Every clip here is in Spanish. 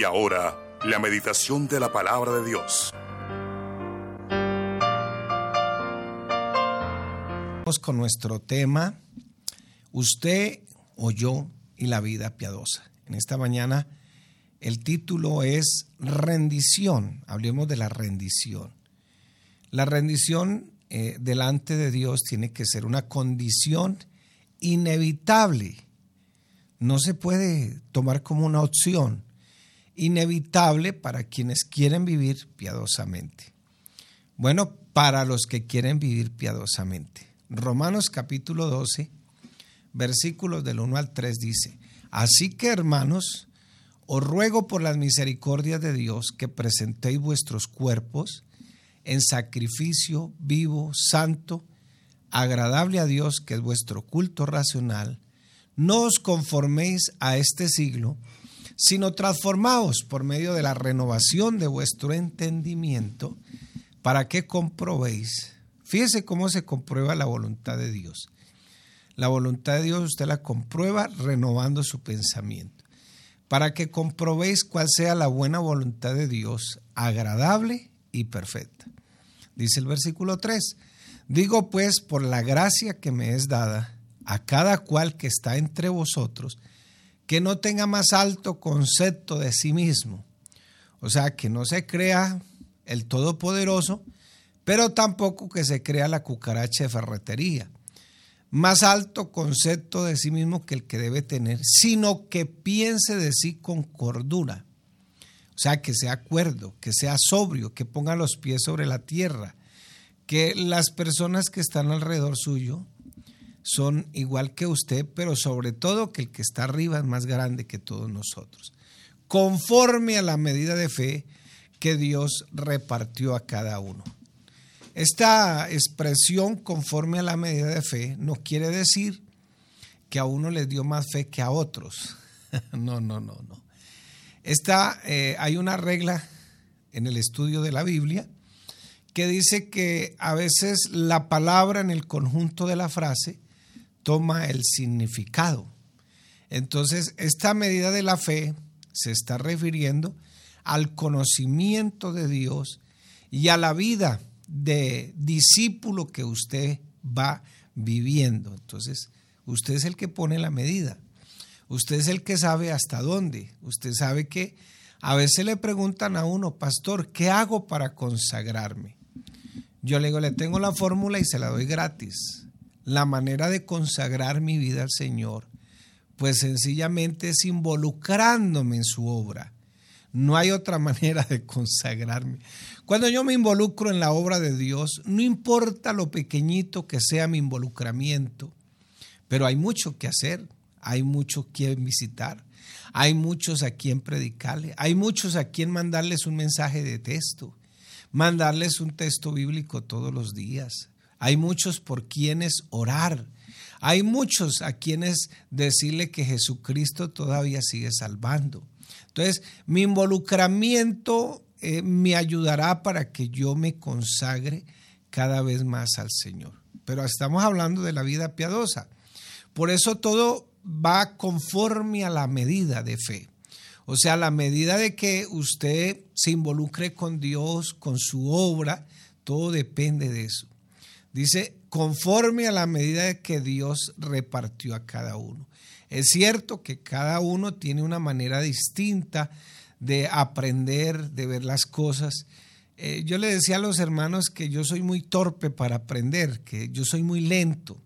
ahora, la meditación de la palabra de Dios. Vamos con nuestro tema, usted o yo y la vida piadosa. En esta mañana el título es rendición. Hablemos de la rendición. La rendición delante de Dios tiene que ser una condición inevitable. No se puede tomar como una opción. Inevitable para quienes quieren vivir piadosamente. Bueno, para los que quieren vivir piadosamente. Romanos capítulo 12, versículos del 1 al 3 dice: Así que, hermanos, os ruego por las misericordias de Dios que presentéis vuestros cuerpos en sacrificio vivo, santo, agradable a Dios, que es vuestro culto racional. No os conforméis a este siglo, sino transformaos por medio de la renovación de vuestro entendimiento, para que comprobéis. Fíjese cómo se comprueba la voluntad de Dios. La voluntad de Dios usted la comprueba renovando su pensamiento, para que comprobéis cuál sea la buena voluntad de Dios, agradable y perfecta. Dice el versículo 3, digo pues por la gracia que me es dada, a cada cual que está entre vosotros, que no tenga más alto concepto de sí mismo. O sea, que no se crea el todopoderoso, pero tampoco que se crea la cucaracha de ferretería. Más alto concepto de sí mismo que el que debe tener, sino que piense de sí con cordura. O sea, que sea cuerdo, que sea sobrio, que ponga los pies sobre la tierra, que las personas que están alrededor suyo son igual que usted, pero sobre todo que el que está arriba es más grande que todos nosotros. Conforme a la medida de fe que Dios repartió a cada uno. Esta expresión, conforme a la medida de fe, no quiere decir que a uno les dio más fe que a otros. No. Hay una regla en el estudio de la Biblia que dice que a veces la palabra en el conjunto de la frase toma el significado. Entonces, esta medida de la fe se está refiriendo al conocimiento de Dios y a la vida de discípulo que usted va viviendo. Entonces, usted es el que pone la medida. Usted es el que sabe hasta dónde. Usted sabe que a veces le preguntan a uno, pastor, ¿qué hago para consagrarme? Yo le digo, le tengo la fórmula y se la doy gratis. La manera de consagrar mi vida al Señor, pues sencillamente es involucrándome en su obra. No hay otra manera de consagrarme. Cuando yo me involucro en la obra de Dios, no importa lo pequeñito que sea mi involucramiento, pero hay mucho que hacer, hay mucho que visitar, hay muchos a quien predicarle, hay muchos a quien mandarles un mensaje de texto, mandarles un texto bíblico todos los días. Hay muchos por quienes orar. Hay muchos a quienes decirle que Jesucristo todavía sigue salvando. Entonces, mi involucramiento me ayudará para que yo me consagre cada vez más al Señor. Pero estamos hablando de la vida piadosa. Por eso todo va conforme a la medida de fe. O sea, a la medida de que usted se involucre con Dios, con su obra, todo depende de eso. Dice, conforme a la medida de que Dios repartió a cada uno. Es cierto que cada uno tiene una manera distinta de aprender, de ver las cosas. Yo le decía a los hermanos que yo soy muy torpe para aprender, que yo soy muy lento.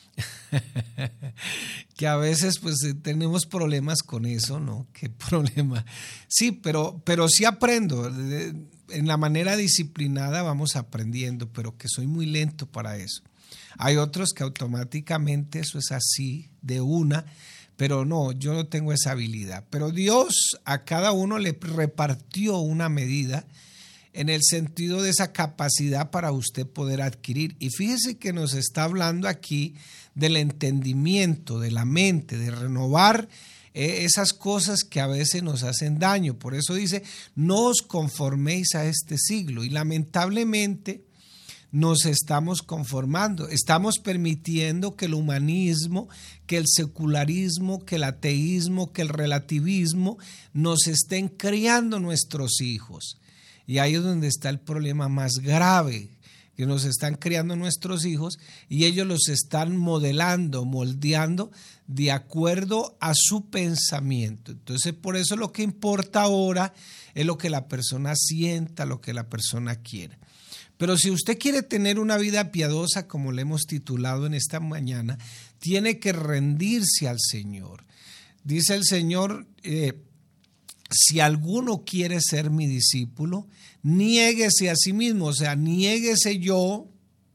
Que a veces pues tenemos problemas con eso, ¿no? ¿Qué problema? Sí, pero sí aprendo. En la manera disciplinada vamos aprendiendo, pero que soy muy lento para eso. Hay otros que automáticamente eso es así, de una, pero no, yo no tengo esa habilidad. Pero Dios a cada uno le repartió una medida en el sentido de esa capacidad para usted poder adquirir. Y fíjese que nos está hablando aquí del entendimiento, de la mente, de renovar esas cosas que a veces nos hacen daño. Por eso dice, no os conforméis a este siglo. Y lamentablemente nos estamos conformando, estamos permitiendo que el humanismo, que el secularismo, que el ateísmo, que el relativismo nos estén criando nuestros hijos. Y ahí es donde está el problema más grave, que nos están criando nuestros hijos y ellos los están modelando, moldeando de acuerdo a su pensamiento. Entonces, por eso lo que importa ahora es lo que la persona sienta, lo que la persona quiera. Pero si usted quiere tener una vida piadosa, como le hemos titulado en esta mañana, tiene que rendirse al Señor. Dice el Señor, si alguno quiere ser mi discípulo, niéguese a sí mismo, o sea, niéguese yo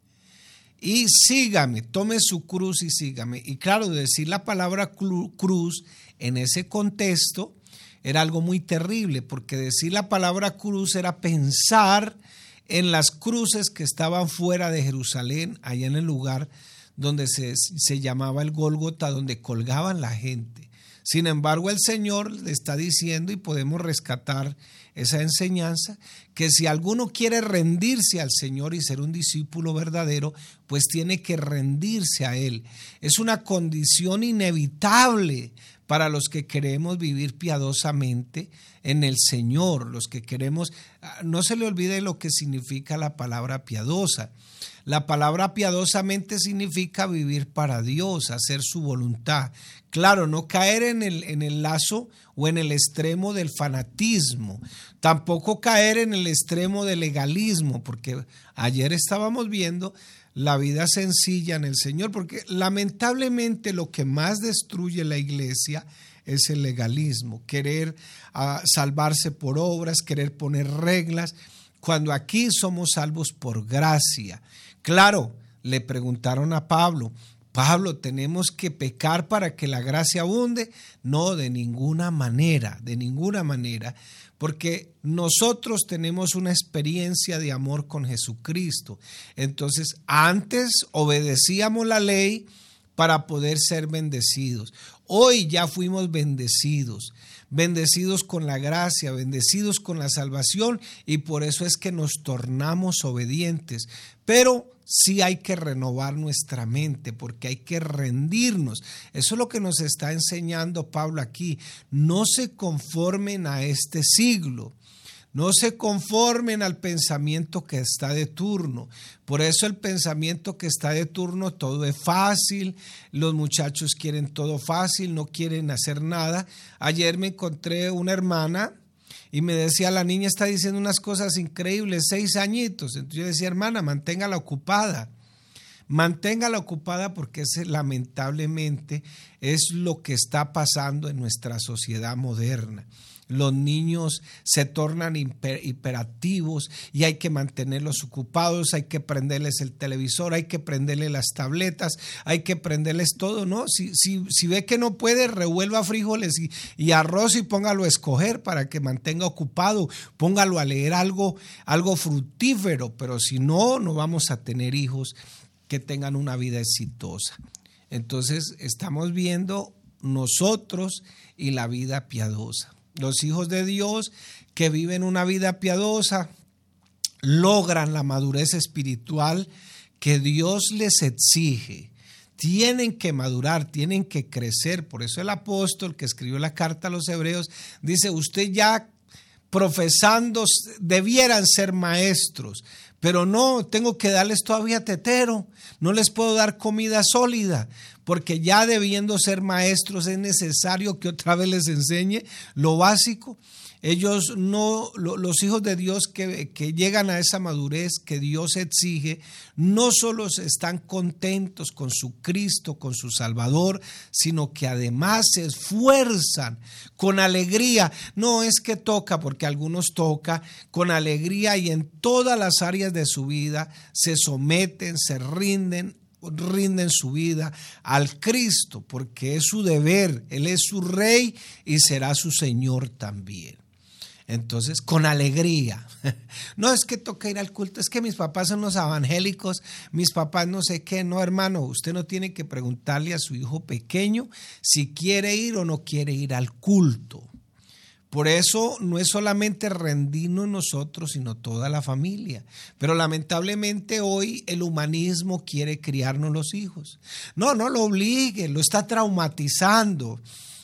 y sígame, tome su cruz y sígame. Y claro, decir la palabra cruz en ese contexto era algo muy terrible, porque decir la palabra cruz era pensar en las cruces que estaban fuera de Jerusalén, allá en el lugar donde se llamaba el Gólgota, donde colgaban la gente. Sin embargo, el Señor le está diciendo, y podemos rescatar esa enseñanza, que si alguno quiere rendirse al Señor y ser un discípulo verdadero, pues tiene que rendirse a Él. Es una condición inevitable para los que queremos vivir piadosamente en el Señor, los que queremos, no se le olvide lo que significa la palabra piadosa. La palabra piadosamente significa vivir para Dios, hacer su voluntad. Claro, no caer en el lazo o en el extremo del fanatismo, tampoco caer en el extremo del legalismo, porque ayer estábamos viendo la vida sencilla en el Señor, porque lamentablemente lo que más destruye la iglesia es el legalismo, querer salvarse por obras, querer poner reglas, cuando aquí somos salvos por gracia. Claro, le preguntaron a Pablo, ¿tenemos que pecar para que la gracia abunde? No, de ninguna manera, porque nosotros tenemos una experiencia de amor con Jesucristo. Entonces, antes obedecíamos la ley para poder ser bendecidos. Hoy ya fuimos bendecidos con la gracia, bendecidos con la salvación, y por eso es que nos tornamos obedientes. Pero sí hay que renovar nuestra mente, porque hay que rendirnos. Eso es lo que nos está enseñando Pablo aquí. No se conformen a este siglo. No se conformen al pensamiento que está de turno. Por eso el pensamiento que está de turno, todo es fácil, los muchachos quieren todo fácil, no quieren hacer nada. Ayer me encontré una hermana y me decía, la niña está diciendo unas cosas increíbles, 6 añitos. Entonces yo decía, hermana, manténgala ocupada porque lamentablemente es lo que está pasando en nuestra sociedad moderna. Los niños se tornan hiperactivos y hay que mantenerlos ocupados, hay que prenderles el televisor, hay que prenderles las tabletas, hay que prenderles todo, ¿no? Si ve que no puede, revuelva frijoles y arroz y póngalo a escoger para que mantenga ocupado, póngalo a leer algo fructífero, pero si no, no vamos a tener hijos que tengan una vida exitosa. Entonces estamos viendo nosotros y la vida piadosa. Los hijos de Dios que viven una vida piadosa logran la madurez espiritual que Dios les exige. Tienen que madurar, tienen que crecer. Por eso el apóstol que escribió la carta a los Hebreos dice, usted ya profesando debieran ser maestros, pero no, tengo que darles todavía tetero, no les puedo dar comida sólida, porque ya debiendo ser maestros es necesario que otra vez les enseñe lo básico. Ellos no, los hijos de Dios que llegan a esa madurez que Dios exige, no solo están contentos con su Cristo, con su Salvador, sino que además se esfuerzan con alegría. No es que toca, porque algunos toca con alegría y en todas las áreas de su vida se someten, se rinden su vida al Cristo, porque es su deber, Él es su Rey y será su Señor también. Entonces, con alegría. No es que toca ir al culto, es que mis papás son los evangélicos, mis papás no sé qué. No, hermano, usted no tiene que preguntarle a su hijo pequeño si quiere ir o no quiere ir al culto. Por eso no es solamente rendirnos nosotros, sino toda la familia. Pero lamentablemente hoy el humanismo quiere criarnos los hijos. No lo obligue, lo está traumatizando.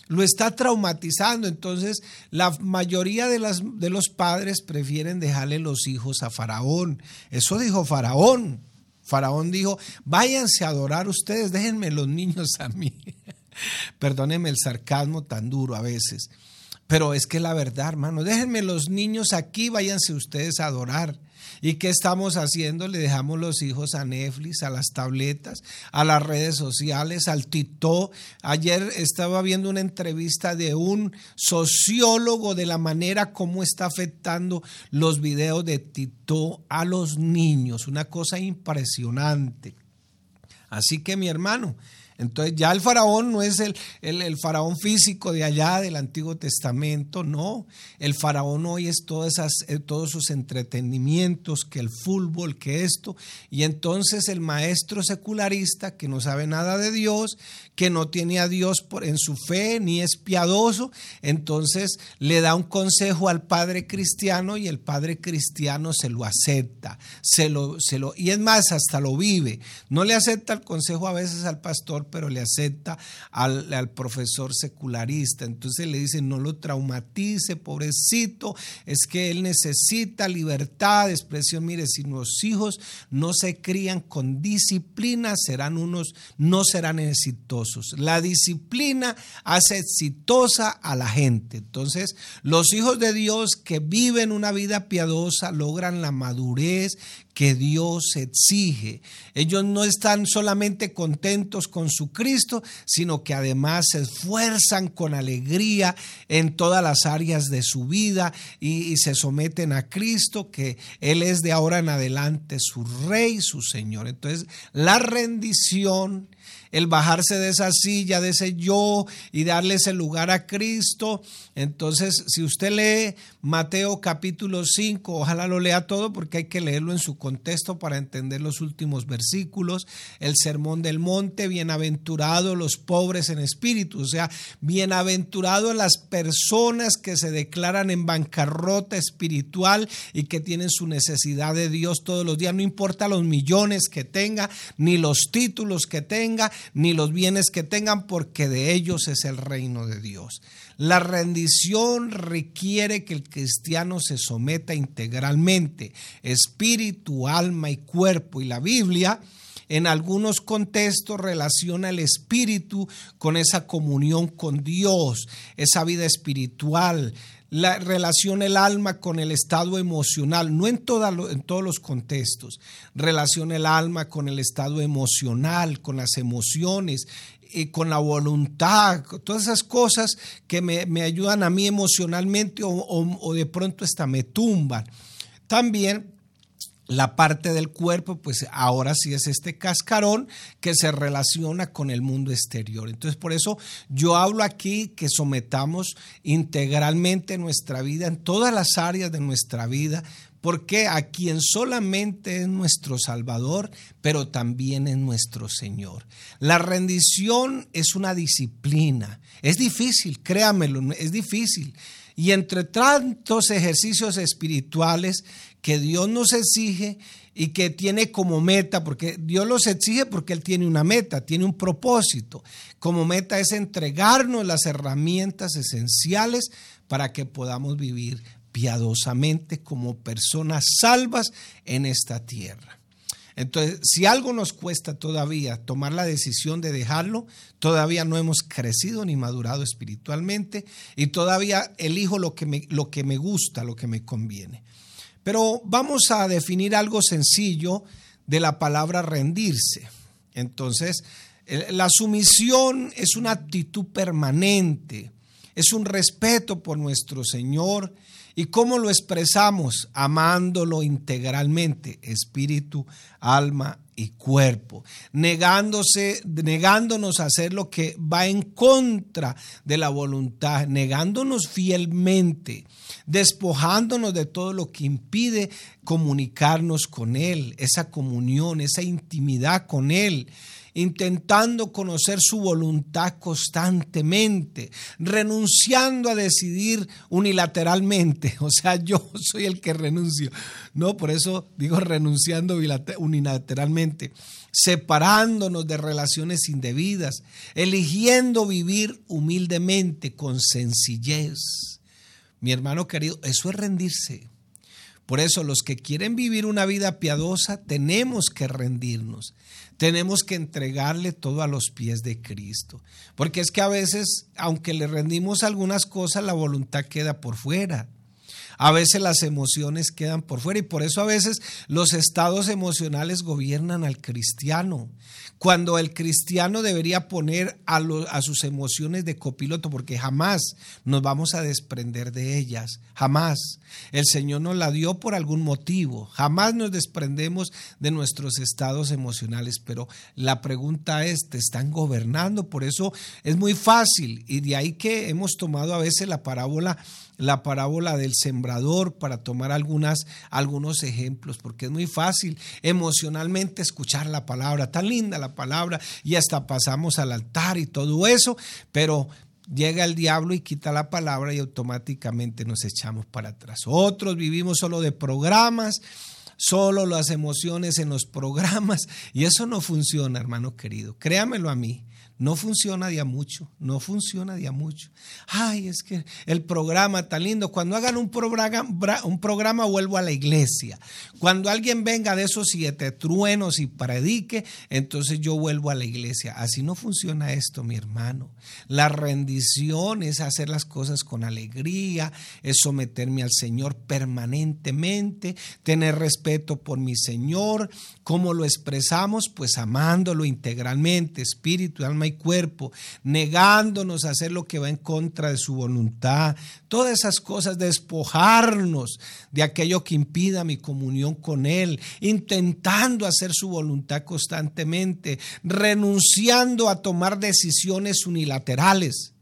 Entonces la mayoría de los padres prefieren dejarle los hijos a Faraón. Eso dijo Faraón. Faraón dijo: váyanse a adorar ustedes, déjenme los niños a mí. Perdónenme el sarcasmo tan duro a veces, pero es que la verdad, hermano, déjenme los niños aquí, váyanse ustedes a adorar. ¿Y qué estamos haciendo? Le dejamos los hijos a Netflix, a las tabletas, a las redes sociales, al TikTok. Ayer estaba viendo una entrevista de un sociólogo de la manera como está afectando los videos de TikTok a los niños. Una cosa impresionante. Así que, mi hermano, entonces ya el faraón no es el faraón físico de allá del Antiguo Testamento, no. El faraón hoy es todos sus entretenimientos, que el fútbol, que esto. Y entonces el maestro secularista, que no sabe nada de Dios, que no tiene a Dios en su fe, ni es piadoso, entonces le da un consejo al padre cristiano y el padre cristiano se lo acepta, y es más, hasta lo vive. No le acepta el consejo a veces al pastor, pero le acepta al profesor secularista. Entonces le dice: no lo traumatice, pobrecito, es que él necesita libertad de expresión. Mire, si los hijos no se crían con disciplina, no serán exitosos. La disciplina hace exitosa a la gente. Entonces, los hijos de Dios que viven una vida piadosa logran la madurez que Dios exige. Ellos no están solamente contentos con su Cristo, sino que además se esfuerzan con alegría en todas las áreas de su vida y se someten a Cristo, que Él es de ahora en adelante su Rey, su Señor. Entonces, la rendición, el bajarse de esa silla, de ese yo, y darle ese lugar a Cristo. Entonces, si usted lee Mateo capítulo 5, ojalá lo lea todo porque hay que leerlo en su contexto para entender los últimos versículos. El sermón del monte: bienaventurados los pobres en espíritu, o sea, bienaventurados las personas que se declaran en bancarrota espiritual y que tienen su necesidad de Dios todos los días. No importa los millones que tenga, ni los títulos que tenga, ni los bienes que tengan, porque de ellos es el reino de Dios. La rendición requiere que el cristiano se someta integralmente, espíritu, alma y cuerpo. Y la Biblia, en algunos contextos, relaciona el espíritu con esa comunión con Dios, esa vida espiritual. Relaciona el alma con el estado emocional, no en todos los contextos. Relaciona el alma con el estado emocional, con las emociones, con la voluntad, todas esas cosas que me ayudan a mí emocionalmente o de pronto hasta me tumban. También la parte del cuerpo, pues ahora sí es este cascarón que se relaciona con el mundo exterior. Entonces, por eso yo hablo aquí que sometamos integralmente nuestra vida en todas las áreas de nuestra vida, porque a quien solamente es nuestro Salvador, pero también es nuestro Señor. La rendición es una disciplina. Es difícil, créamelo, es difícil. Y entre tantos ejercicios espirituales que Dios nos exige y que tiene como meta, porque Dios los exige porque Él tiene una meta, tiene un propósito. Como meta es entregarnos las herramientas esenciales para que podamos vivir piadosamente como personas salvas en esta tierra. Entonces, si algo nos cuesta todavía tomar la decisión de dejarlo, todavía no hemos crecido ni madurado espiritualmente y todavía elijo lo que me gusta, lo que me conviene. Pero vamos a definir algo sencillo de la palabra rendirse. Entonces, la sumisión es una actitud permanente, es un respeto por nuestro Señor. ¿Y cómo lo expresamos? Amándolo integralmente, espíritu, alma y cuerpo, negándonos a hacer lo que va en contra de la voluntad, negándonos fielmente, despojándonos de todo lo que impide comunicarnos con Él, esa comunión, esa intimidad con Él. intentando conocer su voluntad constantemente, renunciando a decidir unilateralmente. O sea, yo soy el que renuncio. No, por eso digo renunciando unilateralmente, separándonos de relaciones indebidas, eligiendo vivir humildemente, con sencillez. Mi hermano querido, eso es rendirse. Por eso los que quieren vivir una vida piadosa tenemos que rendirnos, tenemos que entregarle todo a los pies de Cristo, porque es que a veces, aunque le rendimos algunas cosas, la voluntad queda por fuera. A veces las emociones quedan por fuera y por eso a veces los estados emocionales gobiernan al cristiano, cuando el cristiano debería poner a sus emociones de copiloto, porque jamás nos vamos a desprender de ellas, jamás. El Señor nos la dio por algún motivo, jamás nos desprendemos de nuestros estados emocionales, pero la pregunta es, ¿te están gobernando? Por eso es muy fácil, y de ahí que hemos tomado a veces la parábola del sembrador para tomar algunos ejemplos, porque es muy fácil emocionalmente escuchar la palabra, tan linda la palabra, y hasta pasamos al altar y todo eso, pero llega el diablo y quita la palabra y automáticamente nos echamos para atrás. Otros vivimos solo de programas, solo las emociones en los programas, y eso no funciona, hermano querido, créamelo a mí. No funciona de a mucho, no funciona de a mucho. Ay, es que el programa tan lindo. Cuando hagan un programa vuelvo a la iglesia. Cuando alguien venga de esos 7 truenos y predique, entonces yo vuelvo a la iglesia. Así no funciona esto, mi hermano. La rendición es hacer las cosas con alegría, es someterme al Señor permanentemente, tener respeto por mi Señor. ¿Cómo lo expresamos? Pues amándolo integralmente, espíritu, alma y cuerpo, negándonos a hacer lo que va en contra de su voluntad. Todas esas cosas, despojarnos de aquello que impida mi comunión con Él, intentando hacer su voluntad constantemente, renunciando a tomar decisiones unilaterales.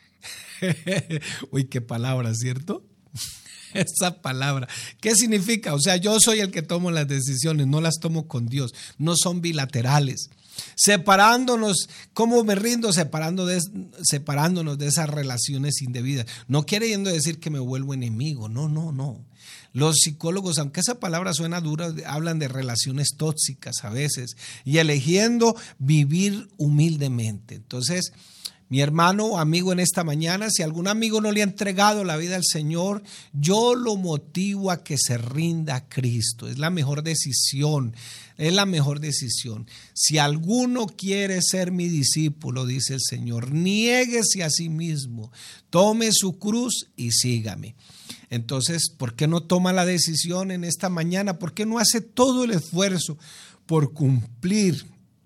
Uy, qué palabra, ¿cierto? Esa palabra, ¿qué significa? O sea, yo soy el que tomo las decisiones, no las tomo con Dios, no son bilaterales. Separándonos, ¿cómo me rindo? Separándonos de esas relaciones indebidas. No queriendo decir que me vuelvo enemigo, no. Los psicólogos, aunque esa palabra suena dura, hablan de relaciones tóxicas a veces y eligiendo vivir humildemente. Entonces, mi hermano, amigo, en esta mañana, si algún amigo no le ha entregado la vida al Señor, yo lo motivo a que se rinda a Cristo. Es la mejor decisión, es la mejor decisión. Si alguno quiere ser mi discípulo, dice el Señor, niéguese a sí mismo, tome su cruz y sígame. Entonces, ¿por qué no toma la decisión en esta mañana? ¿Por qué no hace todo el esfuerzo por cumplir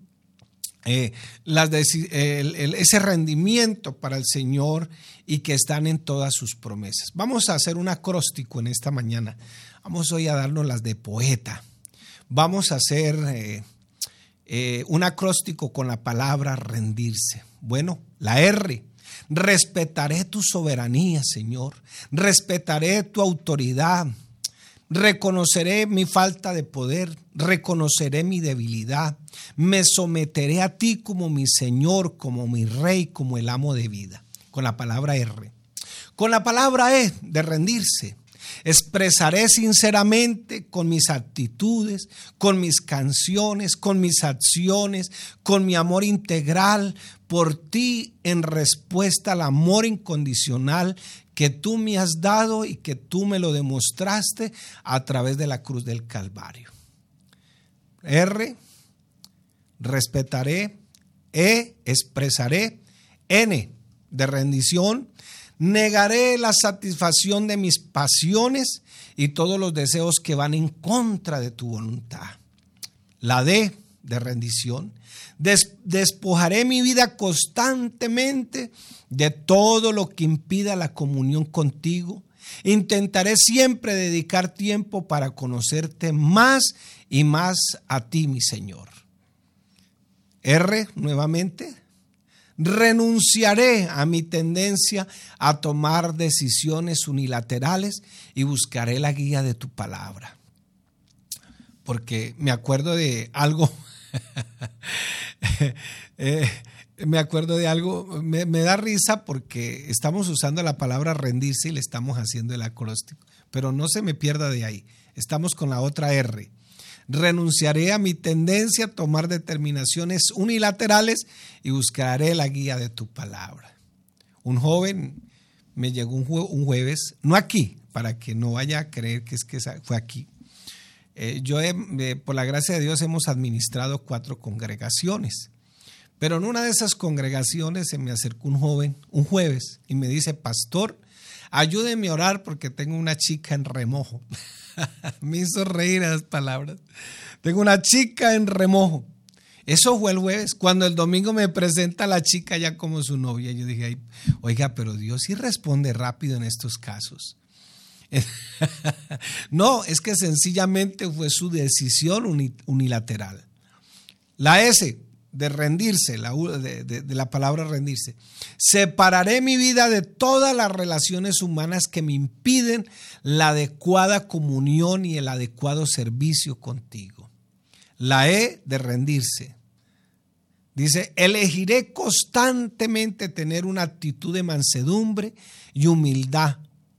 ese rendimiento para el Señor y que están en todas sus promesas? Vamos a hacer un acróstico en esta mañana. Vamos hoy a darnos las de poeta. Vamos a hacer un acróstico con la palabra rendirse. Bueno, la R. Respetaré tu soberanía, Señor. Respetaré tu autoridad. Reconoceré mi falta de poder, reconoceré mi debilidad, me someteré a ti como mi Señor, como mi Rey, como el amo de vida. Con la palabra R. Con la palabra E, de rendirse, expresaré sinceramente con mis actitudes, con mis canciones, con mis acciones, con mi amor integral por ti en respuesta al amor incondicional que tú me has dado y que tú me lo demostraste a través de la cruz del Calvario. R, respetaré. E, expresaré. N, de rendición. Negaré la satisfacción de mis pasiones y todos los deseos que van en contra de tu voluntad. La D, de rendición. Despojaré mi vida constantemente de todo lo que impida la comunión contigo. Intentaré siempre dedicar tiempo para conocerte más y más a ti, mi Señor. R, nuevamente. Renunciaré a mi tendencia a tomar decisiones unilaterales y buscaré la guía de tu palabra. Porque me acuerdo de algo Me acuerdo de algo, me da risa porque estamos usando la palabra rendirse y le estamos haciendo el acróstico, pero no se me pierda de ahí, estamos con la otra R. Renunciaré a mi tendencia a tomar determinaciones unilaterales y buscaré la guía de tu palabra. Un joven me llegó un jueves, no aquí, para que no vaya a creer que fue aquí. Por la gracia de Dios hemos administrado 4 congregaciones. Pero en una de esas congregaciones se me acercó un joven, un jueves, y me dice: pastor, ayúdeme a orar porque tengo una chica en remojo. Me hizo reír esas palabras. Tengo una chica en remojo. Eso fue el jueves. Cuando el domingo me presenta a la chica ya como su novia, yo dije: ay, oiga, pero Dios sí responde rápido en estos casos. No, es que sencillamente fue su decisión unilateral. La S de rendirse, de la palabra rendirse. Separaré mi vida de todas las relaciones humanas que me impiden la adecuada comunión y el adecuado servicio contigo. La E de rendirse. Dice: elegiré constantemente tener una actitud de mansedumbre y humildad.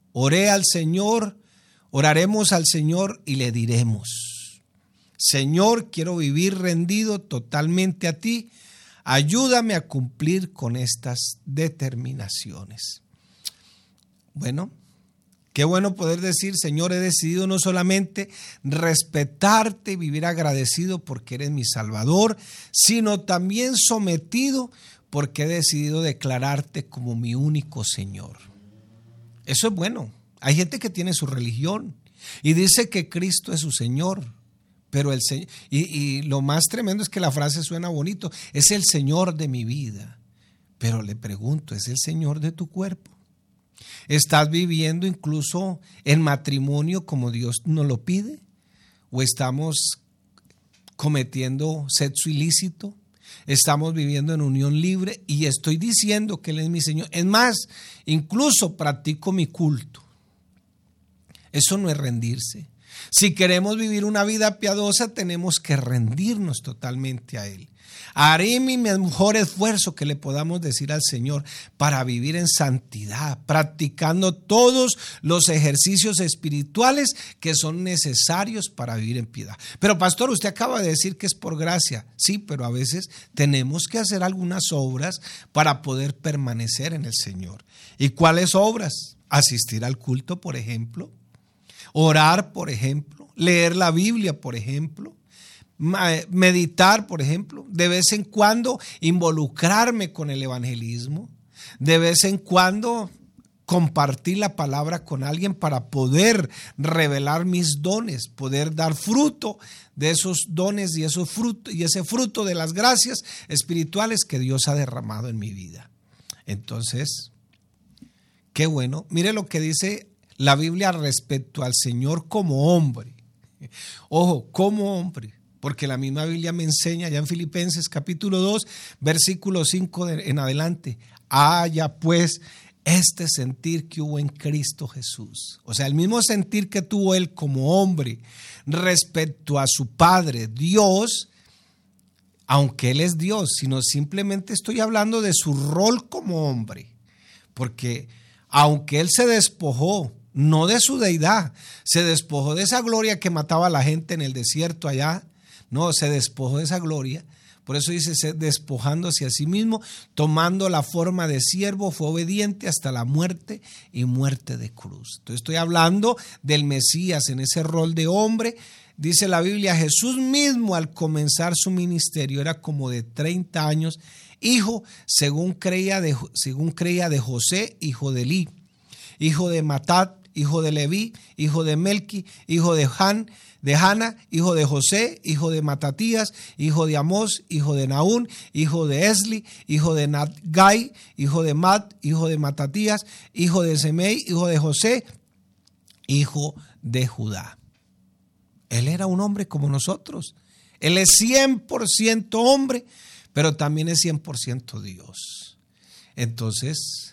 Oraremos al Señor y le diremos: Señor, quiero vivir rendido totalmente a ti. Ayúdame a cumplir con estas determinaciones. Bueno, qué bueno poder decir: Señor, he decidido no solamente respetarte y vivir agradecido porque eres mi Salvador, sino también sometido porque he decidido declararte como mi único Señor. Eso es bueno. Hay gente que tiene su religión y dice que Cristo es su Señor. Pero el Señor, y lo más tremendo es que la frase suena bonito: es el Señor de mi vida. Pero le pregunto, ¿es el Señor de tu cuerpo? ¿Estás viviendo incluso en matrimonio como Dios nos lo pide? ¿O estamos cometiendo sexo ilícito? ¿Estamos viviendo en unión libre? Y estoy diciendo que Él es mi Señor. Es más, incluso practico mi culto. Eso no es rendirse. Si queremos vivir una vida piadosa, tenemos que rendirnos totalmente a Él. Haré mi mejor esfuerzo que le podamos decir al Señor para vivir en santidad, practicando todos los ejercicios espirituales que son necesarios para vivir en piedad. Pero pastor, usted acaba de decir que es por gracia. Sí, pero a veces tenemos que hacer algunas obras para poder permanecer en el Señor. ¿Y cuáles obras? Asistir al culto, por ejemplo. Orar, por ejemplo, leer la Biblia, por ejemplo, meditar, por ejemplo, de vez en cuando involucrarme con el evangelismo, de vez en cuando compartir la palabra con alguien para poder revelar mis dones, poder dar fruto de esos dones y ese fruto de las gracias espirituales que Dios ha derramado en mi vida. Entonces, qué bueno. Mire lo que dice la Biblia respecto al Señor como hombre. Ojo, como hombre, porque la misma Biblia me enseña ya en Filipenses capítulo 2, versículo 5 en adelante: haya pues este sentir que hubo en Cristo Jesús. O sea, el mismo sentir que tuvo Él como hombre respecto a su Padre, Dios, aunque Él es Dios, sino simplemente estoy hablando de su rol como hombre, porque aunque Él se despojó, no de su deidad, se despojó de esa gloria que mataba a la gente en el desierto allá, no, se despojó de esa gloria. Por eso dice: despojándose a sí mismo, tomando la forma de siervo, fue obediente hasta la muerte y muerte de cruz. Entonces estoy hablando del Mesías en ese rol de hombre. Dice la Biblia: Jesús mismo al comenzar su ministerio era como de 30 años, hijo, según creía de José, hijo de Elí, hijo de Matat, hijo de Leví, hijo de Melqui, hijo de Jana, hijo de José, hijo de Matatías, hijo de Amós, hijo de Naún, hijo de Esli, hijo de Nagai, hijo de Mat, hijo de Matatías, hijo de Semei, hijo de José, hijo de Judá. Él era un hombre como nosotros. Él es 100% hombre, pero también es 100% Dios. Entonces,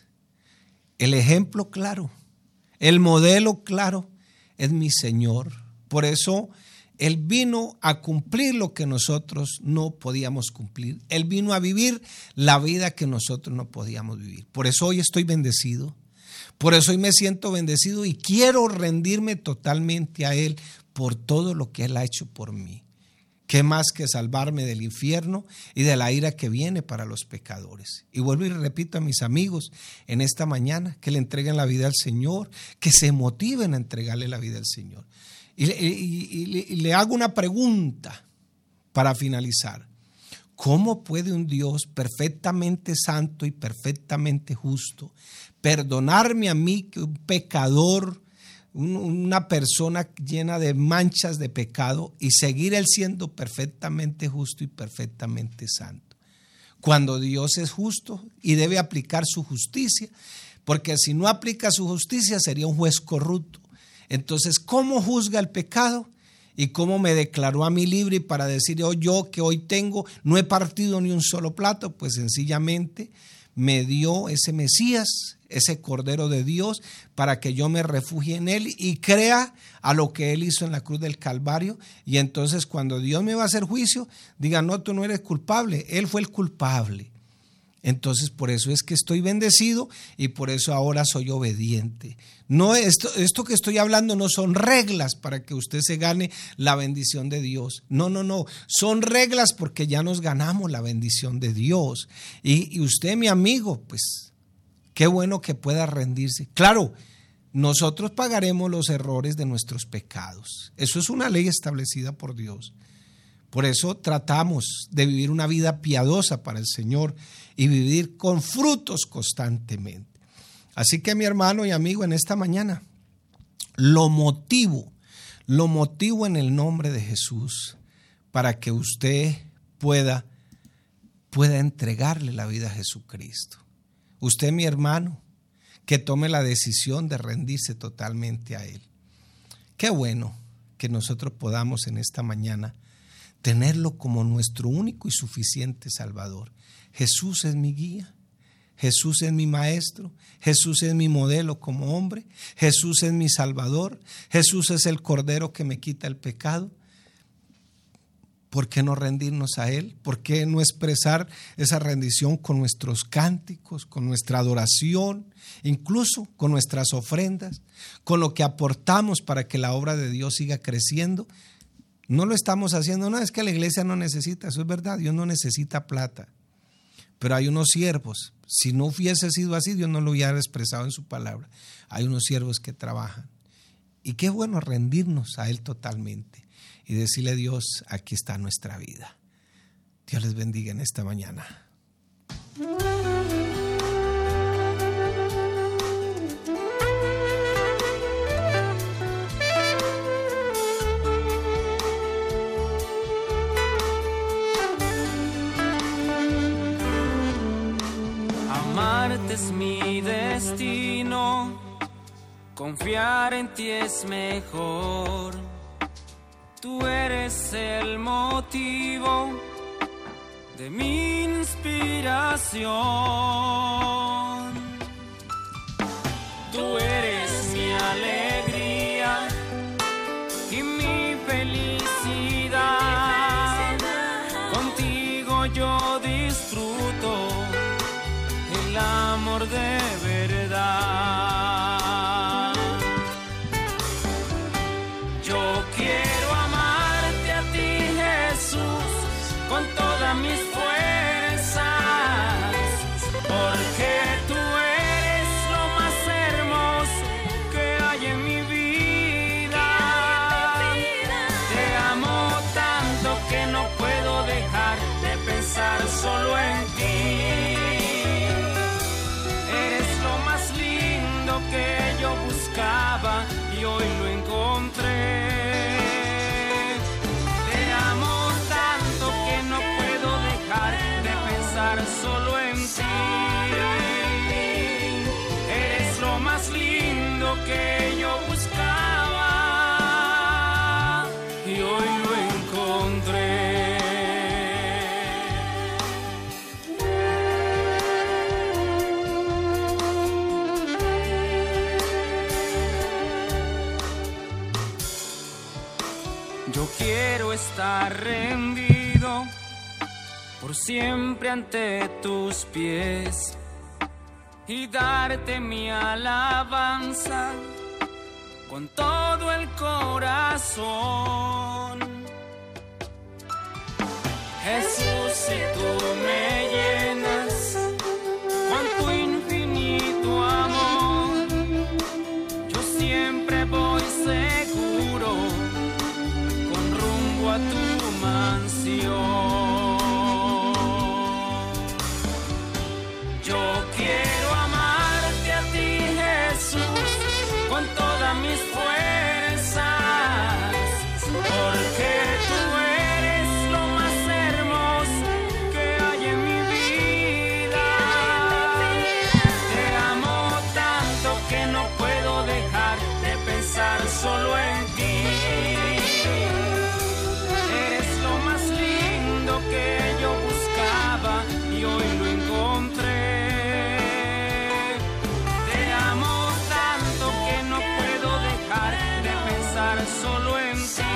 el ejemplo claro, el modelo claro es mi Señor. Por eso Él vino a cumplir lo que nosotros no podíamos cumplir. Él vino a vivir la vida que nosotros no podíamos vivir. Por eso hoy estoy bendecido. Por eso hoy me siento bendecido y quiero rendirme totalmente a Él por todo lo que Él ha hecho por mí. ¿Qué más que salvarme del infierno y de la ira que viene para los pecadores? Y vuelvo y repito a mis amigos en esta mañana que le entreguen la vida al Señor, que se motiven a entregarle la vida al Señor. Y le hago una pregunta para finalizar. ¿Cómo puede un Dios perfectamente santo y perfectamente justo perdonarme a mí, que un pecador, una persona llena de manchas de pecado, y seguir Él siendo perfectamente justo y perfectamente santo? Cuando Dios es justo y debe aplicar su justicia, porque si no aplica su justicia sería un juez corrupto. Entonces, ¿cómo juzga el pecado? ¿Y cómo me declaró a mí libre para decir yo que hoy no he partido ni un solo plato? Pues sencillamente me dio ese Mesías, ese Cordero de Dios, para que yo me refugie en Él y crea a lo que Él hizo en la cruz del Calvario. Y entonces cuando Dios me va a hacer juicio, diga, no, tú no eres culpable, Él fue el culpable. Entonces por eso es que estoy bendecido y por eso ahora soy obediente. No, esto que estoy hablando no son reglas para que usted se gane la bendición de Dios. No. Son reglas porque ya nos ganamos la bendición de Dios. Y usted, mi amigo, pues qué bueno que pueda rendirse. Claro, nosotros pagaremos los errores de nuestros pecados. Eso es una ley establecida por Dios. Por eso tratamos de vivir una vida piadosa para el Señor y vivir con frutos constantemente. Así que, mi hermano y amigo, en esta mañana lo motivo en el nombre de Jesús para que usted pueda entregarle la vida a Jesucristo. Usted, mi hermano, que tome la decisión de rendirse totalmente a Él. Qué bueno que nosotros podamos en esta mañana tenerlo como nuestro único y suficiente Salvador. Jesús es mi guía, Jesús es mi maestro, Jesús es mi modelo como hombre, Jesús es mi Salvador, Jesús es el Cordero que me quita el pecado. ¿Por qué no rendirnos a Él? ¿Por qué no expresar esa rendición con nuestros cánticos, con nuestra adoración, incluso con nuestras ofrendas, con lo que aportamos para que la obra de Dios siga creciendo? No lo estamos haciendo, no, es que la iglesia no necesita, eso es verdad, Dios no necesita plata. Pero hay unos siervos, si no hubiese sido así, Dios no lo hubiera expresado en su palabra. Hay unos siervos que trabajan. Y qué bueno rendirnos a Él totalmente y decirle a Dios, aquí está nuestra vida. Dios les bendiga en esta mañana. Amarte es mi destino, confiar en ti es mejor. Tú eres el motivo de mi inspiración. Tú eres mi alegría y mi felicidad. Contigo yo disfruto el amor de verdad. Yo quiero amarte a ti, Jesús, con todas mis fuerzas, porque tú eres lo más hermoso que hay en mi vida. Te amo tanto que no puedo dejar de pensar solo en ti. Que yo buscaba y hoy lo encontré. Te amo tanto que no puedo dejar de pensar solo en ti. Eres lo más lindo que yo buscaba y hoy lo encontré. Yo quiero estar rendido por siempre ante tus pies y darte mi alabanza con todo el corazón. Jesús, si tú me llenas con tu infinito amor, yo siempre voy seguro con rumbo a tu mansión. Yo quiero amarte a ti, Jesús, con todas mis fuerzas, porque tú eres lo más hermoso que hay en mi vida. Te amo tanto que no puedo dejar de pensar solo en ti. Eres lo más lindo que yo buscaba y hoy lo encontré. Te amo tanto que no puedo dejar de pensar solo en ti.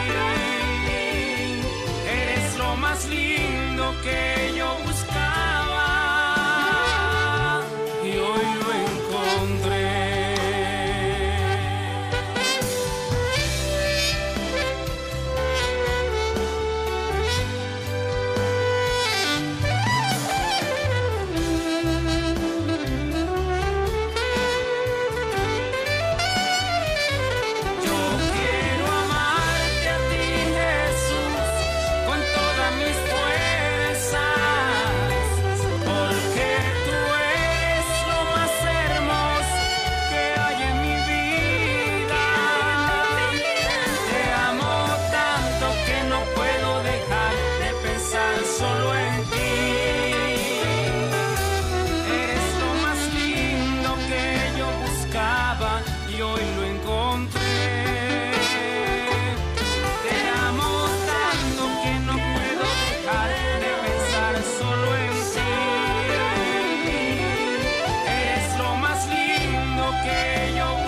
Eres lo más lindo que yo buscaba y hoy lo encontré. Yo quiero amarte a ti, Jesús, con todas mis fuerzas, porque tú eres lo más hermoso que hay en mi vida. Te amo tanto que no puedo dejar de pensar solo en ti. Eres lo más lindo que yo buscaba y hoy lo encontré. Te amo tanto que no puedo dejar de pensar solo en ti. Eres lo más lindo que yo